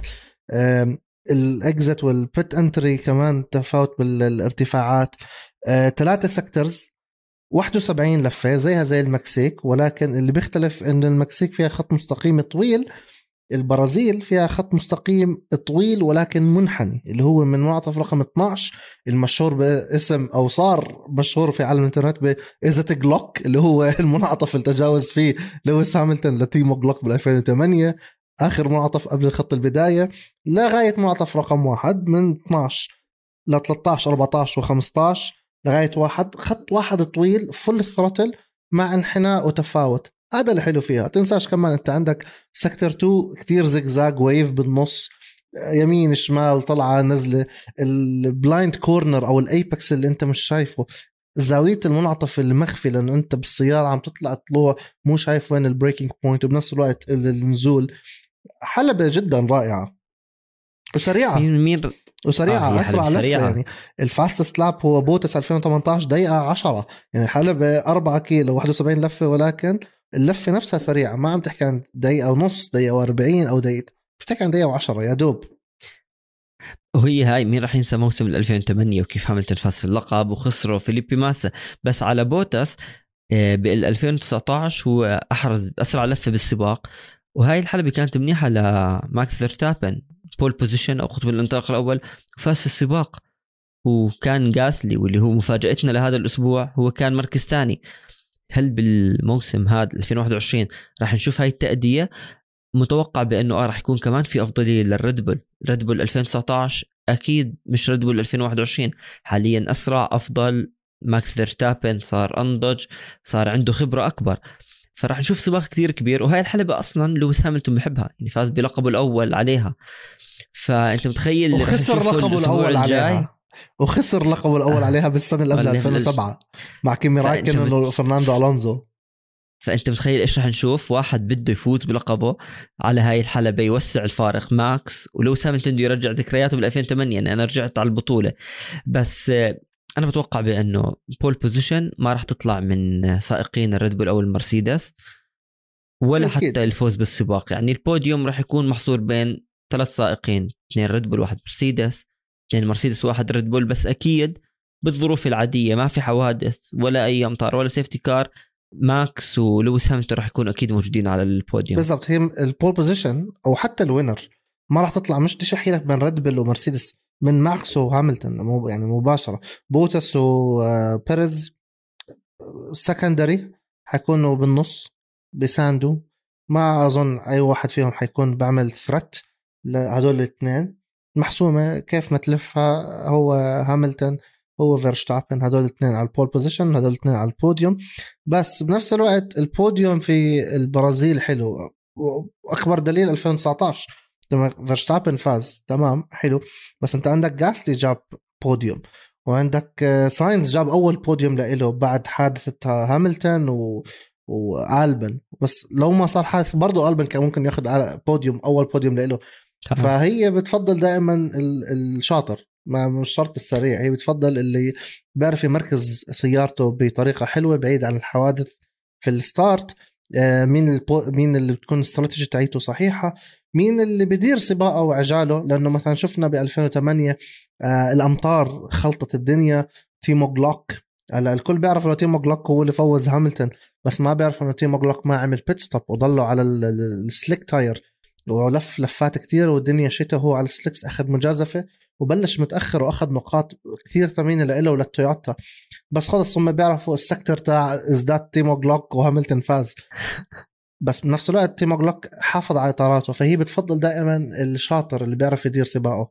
الاكزت والبيت انتري كمان تفاوت بالارتفاعات. ثلاثة سيكتورز واحد وسبعين لفة زيها زي المكسيك، ولكن اللي بيختلف ان المكسيك فيها خط مستقيم طويل، البرازيل فيها خط مستقيم طويل ولكن منحني، اللي هو من منعطف رقم اثناشر المشهور باسم او صار مشهور في عالم الانترنت بإزت جلوك، اللي هو المنعطف اللي تجاوز فيه لويس هاملتون لتيمو جلوك بال2008، اخر منعطف قبل خط البداية، لغاية منعطف رقم واحد من اثناشر ل ثلاثة عشر أربعة عشر و15 لغاية واحد، خط واحد طويل فل ثروتل مع انحناء وتفاوت. هذا اللي حلو فيها. تنساش كمان انت عندك سيكتور اثنين كتير زيكزاك ويف بالنص، يمين شمال طلعة نزلة، البلايند كورنر او الايبكس اللي انت مش شايفه، زاوية المنعطف المخفي لانه انت بالسيارة عم تطلع طلوع مو شايف وين البريكنج بوينت، وبنفس الوقت النزول. حلبة جدا رائعة وسريعة. مين مين وسريعة. آه أسرع لفة يعني الفاستست لاب هو بوتس ألفين وثمانية عشر دقيقة عشرة، يعني حلبة أربعة كيلو واحد وسبعين لفة، ولكن اللفة نفسها سريعة، ما عم تحكي عن دقيقة ونص دقيقة وأربعين أو دقيقة، بتحكي عن دقيقة وعشرة يا دوب. وهي هاي مين راح ينسى موسم ألفين وثمانية وكيف هاملتون فاز في اللقب وخسروا فيليبي ماسا. بس على بوتس بال ألفين وتسعة عشر هو أحرز أسرع لفة بالسباق، وهاي الحلبة كانت منيحة لماكس فيرستابن، بول بوزيشن أو خطوة الانطلاق الأول، وفاز في السباق. وكان غاسلي واللي هو مفاجأتنا لهذا الأسبوع هو كان مركز ثاني. هل بالموسم هذا ألفين وواحد وعشرين راح نشوف هاي التأدية؟ متوقع بأنه آه راح يكون كمان في أفضلية للريد بول. ريد بول ألفين وتسعة عشر أكيد مش ريد بول ألفين وواحد وعشرين، حاليا أسرع أفضل، ماكس فيرستابن صار أنضج، صار عنده خبرة أكبر، فراح نشوف سباق كثير كبير. وهاي الحلبة أصلا لويس هاملتون بحبها، يعني فاز بلقبه الأول عليها، فأنت متخيل اللي راح وخسر نشوفه لقبه الأسبوع الأول الجاي. عليها وخسر لقبه الأول آه. عليها بالسنة اللي قبل ولا ألفين وسبعة مع كيمي فأنت رايكن مت- وفرناندو ألونزو. فأنت متخيل إيش راح نشوف؟ واحد بده يفوز بلقبه على هاي الحلبة يوسع الفارق ماكس، ولويس هاملتون يرجع ذكرياته بال ألفين وثمانية، يعني أنا رجعت على البطولة. بس آه، أنا بتوقع بأنه بول بوزيشن ما راح تطلع من سائقين الريد بول أو المرسيدس، ولا أكيد. حتى الفوز بالسباق. يعني البوديوم راح يكون محصور بين ثلاث سائقين، اثنين ريد بول واحد مرسيدس، اثنين مرسيدس واحد ريد بول. بس أكيد بالظروف العادية ما في حوادث ولا أي أمطار ولا سيفتي كار، ماكس ولويس هاملتون راح يكونوا أكيد موجودين على البوديوم. بالضبط، هي البول بوزيشن أو حتى الوينر ما راح تطلع، مش تشحي لك بين ريد بول ومرسيدس، من ماكس وهاملتون مو يعني مباشرة. بوتس وبيريز سكندري حيكونوا بالنص بيساندوا، ما أظن أي واحد فيهم حيكون بعمل ثرت لهدول الاثنين. محسومة كيف ما تلفها، هو هاملتون هو فيرستابن، هدول الاثنين على البول بوزيشن، هدول الاثنين على البوديوم. بس بنفس الوقت البوديوم في البرازيل حلو، وأكبر دليل ألفين وتسعة عشر لما فيرستابن فاز، تمام حلو، بس أنت عندك غاسلي جاب بوديوم، وعندك ساينز جاب أول بوديوم لإله بعد حادثة هاملتون و... وآلبن. بس لو ما صار حادث برضو آلبن كان ممكن ياخد بوديوم، أول بوديوم لإله. فهي بتفضل دائما الشاطر، ما مش شرط السريع، هي بتفضل اللي بيعرف يمركز سيارته بطريقة حلوة بعيد عن الحوادث في الستارت. مين البو... مين اللي بتكون الاستراتيجية تاعيته صحيحة، مين اللي بدير سباقه وعجاله. لأنه مثلا شفنا ب ألفين وثمانية آه الأمطار خلطت الدنيا. تيمو جلوك، هلا الكل بيعرف انه تيمو جلوك هو اللي فوز هاملتون، بس ما بيعرف انه تيمو جلوك ما عمل بيت ستوب وضلوا على السليك تاير ولف لفات كتير، والدنيا شتاء، هو على السليكس أخذ مجازفة وبلش متأخر وأخذ نقاط كتير ثمينة لإله وللتويوتا. بس خلص هم بيعرفوا السكتر تاع ازداد تيمو جلوك وهاملتون فاز. بس بنفس الوقت تيمو جلوك حافظ على اطاراته، فهي بتفضل دائما الشاطر اللي بيعرف يدير سباقه.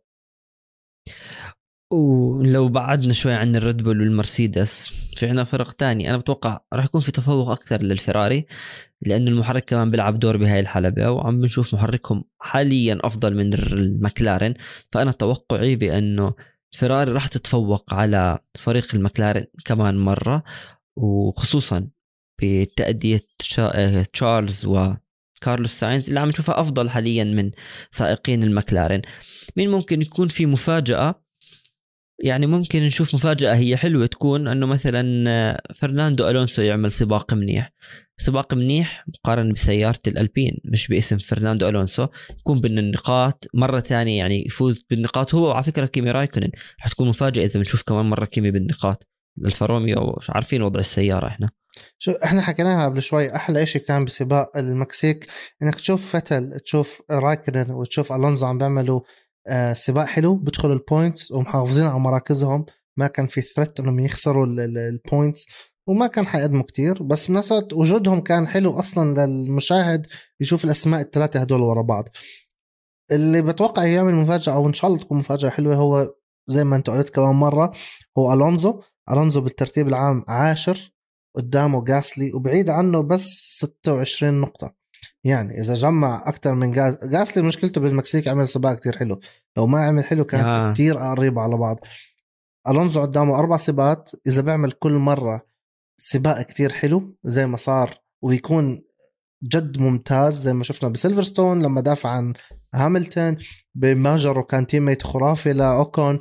ولو بعدنا شوي عن الريد بول والمرسيدس، في عنا فرق تاني أنا بتوقع راح يكون في تفوق أكثر للفراري، لأنه المحرك كمان بيلعب دور بهاي الحلبة، وعم بنشوف محركهم حاليا أفضل من المكلارن. فأنا توقعي بأنه الفراري راح تتفوق على فريق المكلارن كمان مرة، وخصوصا بتأدية تشارلز وكارلوس ساينز اللي عم نشوفها أفضل حاليا من سائقين المكلارن. مين ممكن يكون في مفاجأة؟ يعني ممكن نشوف مفاجأة هي حلوة، تكون أنه مثلا فرناندو ألونسو يعمل سباق منيح، سباق منيح مقارنة بسيارة الألبين، مش باسم فرناندو ألونسو، يكون بين النقاط مرة تانية، يعني يفوز بالنقاط هو على فكرة كيمي رايكونن. رح تكون مفاجأة إذا بنشوف كمان مرة كيمي بالنقاط. الفاروميو عارفين وضع السيارة إحنا شو احنا حكيناها قبل شوي، احلى اشي كان بسباق المكسيك انك تشوف فتل، تشوف رايكنن وتشوف الونزو عم بيعملوا آه سباق حلو، بدخلوا البوينتس ومحافظين على مراكزهم، ما كان في ثريت انهم يخسروا البوينتس، وما كان حيقدموا كتير، بس بنفس الوقت وجودهم كان حلو اصلا للمشاهد يشوف الاسماء الثلاثه هدول ورا بعض. اللي بتوقع يعمل مفاجاه او ان شاء الله تكون مفاجاه حلوه هو زي ما انت قلت كمان مره، هو الونزو. الونزو بالترتيب العام عاشر، قدامه غاسلي وبعيد عنه بس ستة وعشرين نقطة. يعني إذا جمع أكتر من غاز... غاسلي مشكلته بالمكسيك عمل سباق كتير حلو، لو ما عمل حلو كانت آه. كتير قريبة على بعض. ألونزو قدامه أربع سباقات، إذا بيعمل كل مرة سباق كتير حلو زي ما صار ويكون جد ممتاز زي ما شفنا بسيلفرستون لما دافع عن هاملتون بماجر وكان تيميت خرافي لأوكون،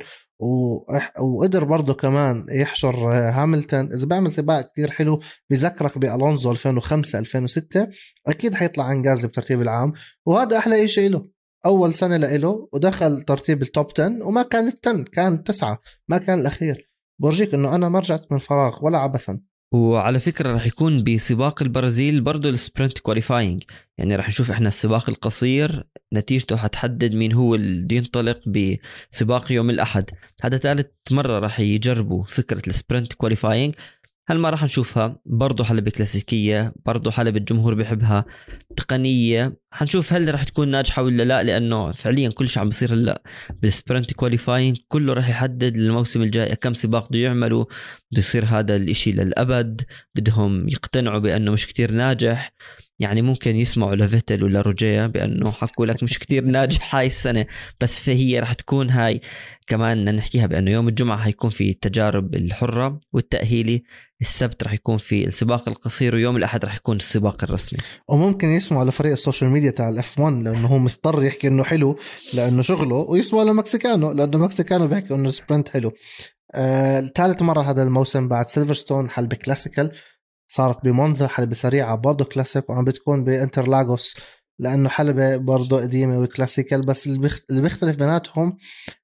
وقدر برضه كمان يحشر هاملتون. إذا بعمل سباق كتير حلو بيذكرك بألونزو ألفين وخمسة ألفين وستة، أكيد حيطلع عن غازلي بترتيب العام، وهذا أحلى إشي له، أول سنة لإله ودخل ترتيب التوب عشرة وما كان التن، كان تسعة، ما كان الأخير. برجيك إنه أنا ما رجعت من فراغ ولا عبثا. وعلى فكرة رح يكون بسباق البرازيل برضو السبرنت كواليفاينج، يعني رح نشوف إحنا السباق القصير نتيجته حتحدد مين هو اللي ينطلق بسباق يوم الأحد. هذا ثالث مرة رح يجربوا فكرة السبرنت كواليفاينج، هل ما راح نشوفها برضو حلبة كلاسيكية، برضو حلبة الجمهور بيحبها، تقنية. حنشوف هل راح تكون ناجحة ولا لا، لأنه فعليا كل شيء عم بيصير هلا بالسبرنت كواليفاينج كله راح يحدد الموسم الجاي كم سباق بده يعملوا. بده يصير هذا الاشي للأبد، بدهم يقتنعوا بأنه مش كتير ناجح. يعني ممكن يسمعوا لفيتل ولا روجيه بأنه حكوا لك مش كتير ناجح هاي السنة، بس فهي راح تكون هاي كمان نحكيها بأنه يوم الجمعة هيكون في التجارب الحرة والتأهيلي، السبت راح يكون في السباق القصير، ويوم الأحد راح يكون السباق الرسمي. وممكن يسمعوا لفريق السوشيال ميديا تاع الاف واحد لأنه هو مضطر يحكي إنه حلو لأنه شغله، ويسمعوا لمكسيكانو لأنه مكسيكانو بيحكي إنه السبرنت حلو. آه، ثالث مرة هذا الموسم بعد سيلفرستون حلبة كلاسيكال، صارت بمونزا حلبة سريعة برضو كلاسيك، وعم بتكون بانترلاغوس لأنه حلبة برضو قديمة وكلاسيكال. بس اللي بيختلف بيناتهم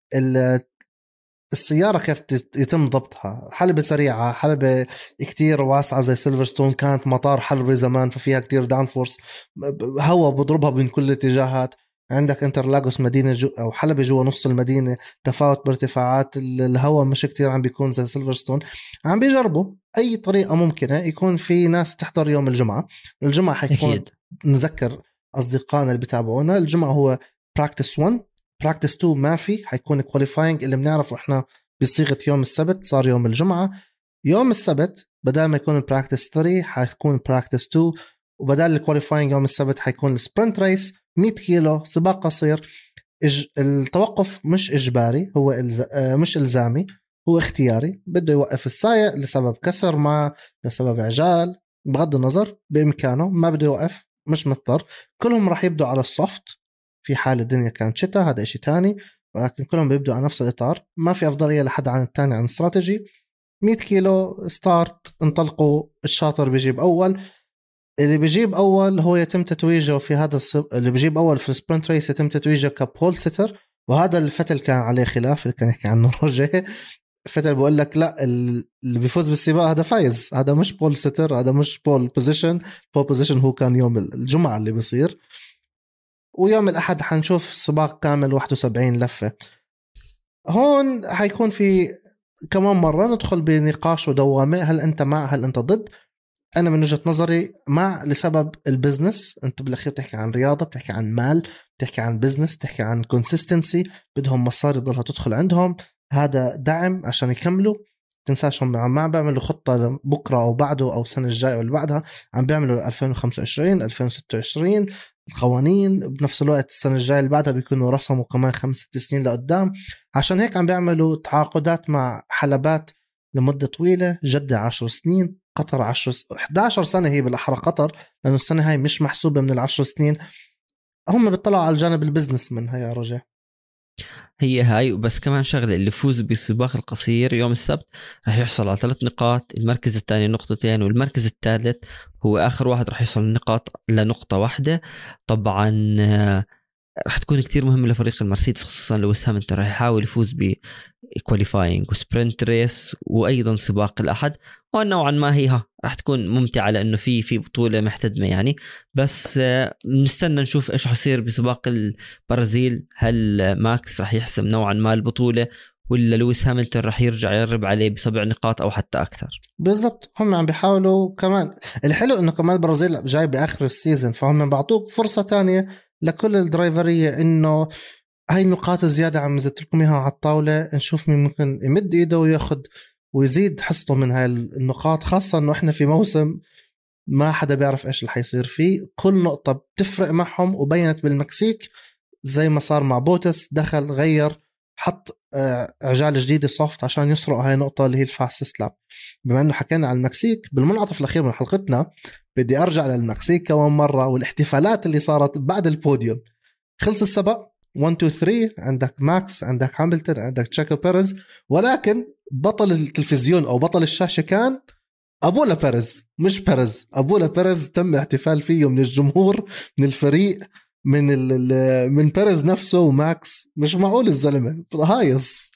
السيارة كيف يتم ضبطها. حلبة سريعة، حلبة كتير واسعة زي سيلفرستون كانت مطار حلبة زمان ففيها كتير داون فورس، هوا بضربها من كل الاتجاهات. عندك انترلاغوس مدينة جو أو حلبة جوا نص المدينة، تفاوت بارتفاعات الهوا مش كتير عم بيكون زي سيلفرستون. عم بيجربوا أي طريقة ممكنة يكون في ناس تحضر يوم الجمعة. الجمعة حيكون أكيد. نذكر أصدقائنا اللي بتابعونا، الجمعة هو براكتس واحد، براكتس اتنين ما في، حيكون كواليفاينج اللي بنعرفه احنا بصيغة يوم السبت صار يوم الجمعة. يوم السبت بدل ما يكون براكتس ثلاثة حيكون براكتس اتنين، وبدل الكواليفاينج يوم السبت حيكون السبرنت ريس مية كيلو سباق قصير. إج... التوقف مش إجباري، هو إلز... مش إلزامي، هو اختياري. بده يوقف السائق لسبب كسر ما لسبب عجال، بغض النظر بإمكانه، ما بده يوقف مش مضطر. كلهم راح يبدوا على السوفت في حال الدنيا كانت شتاء، هذا إشي تاني، ولكن كلهم بيبدوا على نفس الإطار، ما في أفضلية لحد عن التاني عن استراتيجي. مية كيلو ستارت، انطلقوا، الشاطر بيجيب أول. اللي بيجيب أول هو يتم تتويجه في هذا الصب... اللي بيجيب أول في السبرنت ريس يتم تتويجه كبول سيتر، وهذا اللي فتل كان عليه خلاف اللي كان يحكي عنه روجيه. فتل بقول لك لا، اللي بيفوز بالسباق هذا فايز، هذا مش بول سيتر، هذا مش بول بوزيشن. بول بوزيشن هو كان يوم الجمعة اللي بيصير، ويوم الأحد حنشوف سباق كامل واحد وسبعين لفة. هون حيكون في كمان مرة ندخل بنقاش ودوامة، هل أنت مع هل أنت ضد. أنا من وجهة نظري مع لسبب البزنس. أنت بالأخير بتحكي عن رياضة، بتحكي عن مال، بتحكي عن بزنس، بتحكي عن كونسيستنسي، بدهم مصاري ضلها تدخل عندهم، هذا دعم عشان يكملوا. تنساش هم عم بيعملوا خطة بكرة أو بعده أو السنة الجاية أو اللي بعدها، عم بيعملوا ألفين وخمسة وعشرين ألفين وستة وعشرين القوانين. بنفس الوقت السنة الجاية اللي بعدها بيكونوا رسموا كمان خمس ست سنين لقدام. عشان هيك عم بيعملوا تعاقدات مع حلبات لمدة طويلة. جدة عشر سنين، قطر عشر إحدى عشرة سنة هي بالأحرى قطر، لأنه السنة هاي مش محسوبة من العشر سنين. هم بيطلعوا على الجانب البزنس من هاي يا رجاء. هي هاي. وبس كمان شغله، اللي يفوز بالسباق القصير يوم السبت راح يحصل على ثلاث نقاط، المركز الثاني نقطتين، والمركز الثالث هو آخر واحد راح يحصل النقاط لنقطة واحدة. طبعا راح تكون كتير مهمة لفريق المرسيدس، خصوصا لو هاملتون راح يحاول يفوز بكواليفاينج وسبرنت ريس وأيضا سباق الأحد. ونوعا ما هي راح تكون ممتعة لأنه في في بطولة محتدمة يعني. بس نستنى نشوف إيش حصير بسباق البرازيل. هل ماكس راح يحسم نوعا ما البطولة، ولا لويس هاملتون راح يرجع يقرب عليه بسبع نقاط أو حتى أكثر؟ بالضبط، هم عم بيحاولوا. كمان الحلو إنه كمان البرازيل جاي بآخر السيزن، فهم بعطوك فرصة تانية لكل الدرايفرية إنه هاي النقاط الزيادة عم زدت لكم إياها على الطاولة، نشوف مين ممكن يمد إيده وياخد ويزيد حصته من هاي النقاط. خاصة إنه إحنا في موسم ما حدا بيعرف إيش اللي حيصير فيه، كل نقطة بتفرق معهم. وبينت بالمكسيك زي ما صار مع بوتس، دخل غير حط عجال جديدة سوفت عشان يسرق هاي النقطة اللي هي الفاست سلاب. بما أنه حكينا عن المكسيك بالمنعطف الأخير من حلقتنا، بدي أرجع للمكسيك كمان مرة والاحتفالات اللي صارت بعد البوديوم. خلص السبق واحد اثنين ثلاثة، عندك ماكس، عندك هاملتون، عندك تشيكو بيريز، ولكن بطل التلفزيون أو بطل الشاشة كان أبولا بيريز، مش بيريز، أبولا بيريز. تم احتفال فيه من الجمهور، من الفريق، من من بيريز نفسه وماكس. مش معقول الزلمة هايص.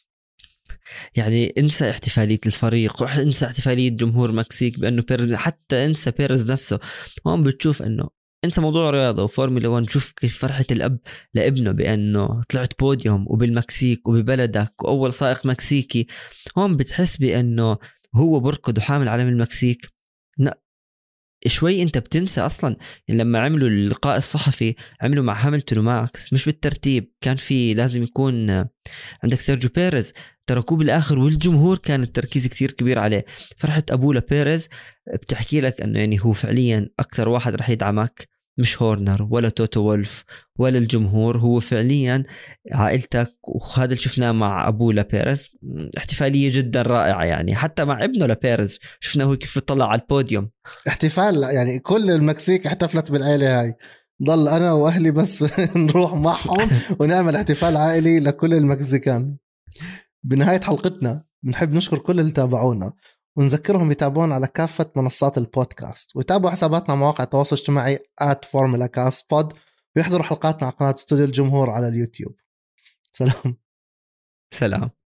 يعني انسى احتفالية الفريق وانسى احتفالية جمهور مكسيك بأنه بيريز، حتى انسى بيريز نفسه. هون بتشوف أنه انسى موضوع رياضة وفورمولا واحد، شوف كيف فرحة الأب لابنه بأنه طلعت بوديوم وبالمكسيك وببلدك وأول سائق مكسيكي. هون بتحس بأنه هو بركض وحامل علم المكسيك. شوي انت بتنسى اصلا لما عملوا اللقاء الصحفي عملوا مع هاملتون وماكس مش بالترتيب، كان في لازم يكون عندك سيرجيو بيريز تركوه بالاخر، والجمهور كان التركيز كتير كبير عليه. فرحت ابوه لبيريز بتحكي لك انه يعني هو فعليا اكثر واحد رح يدعمك، مش هورنر ولا توتو وولف ولا الجمهور، هو فعليا عائلتك. وهذا اللي شفناه مع أبوه لبيريز، احتفالية جدا رائعة يعني. حتى مع ابنه لبيريز شفناه هو كيف طلع على البوديوم احتفال يعني كل المكسيك احتفلت بالعائلة هاي، ضل أنا وأهلي بس نروح معهم ونعمل احتفال عائلي لكل المكسيكان. بنهاية حلقتنا بنحب نشكر كل اللي تابعونا، ونذكرهم يتابعونا على كافة منصات البودكاست، ويتابعوا حساباتنا على مواقع التواصل الاجتماعي آت فورمولا كاست بود، ويحضروا حلقاتنا على قناة استوديو الجمهور على اليوتيوب. سلام. سلام.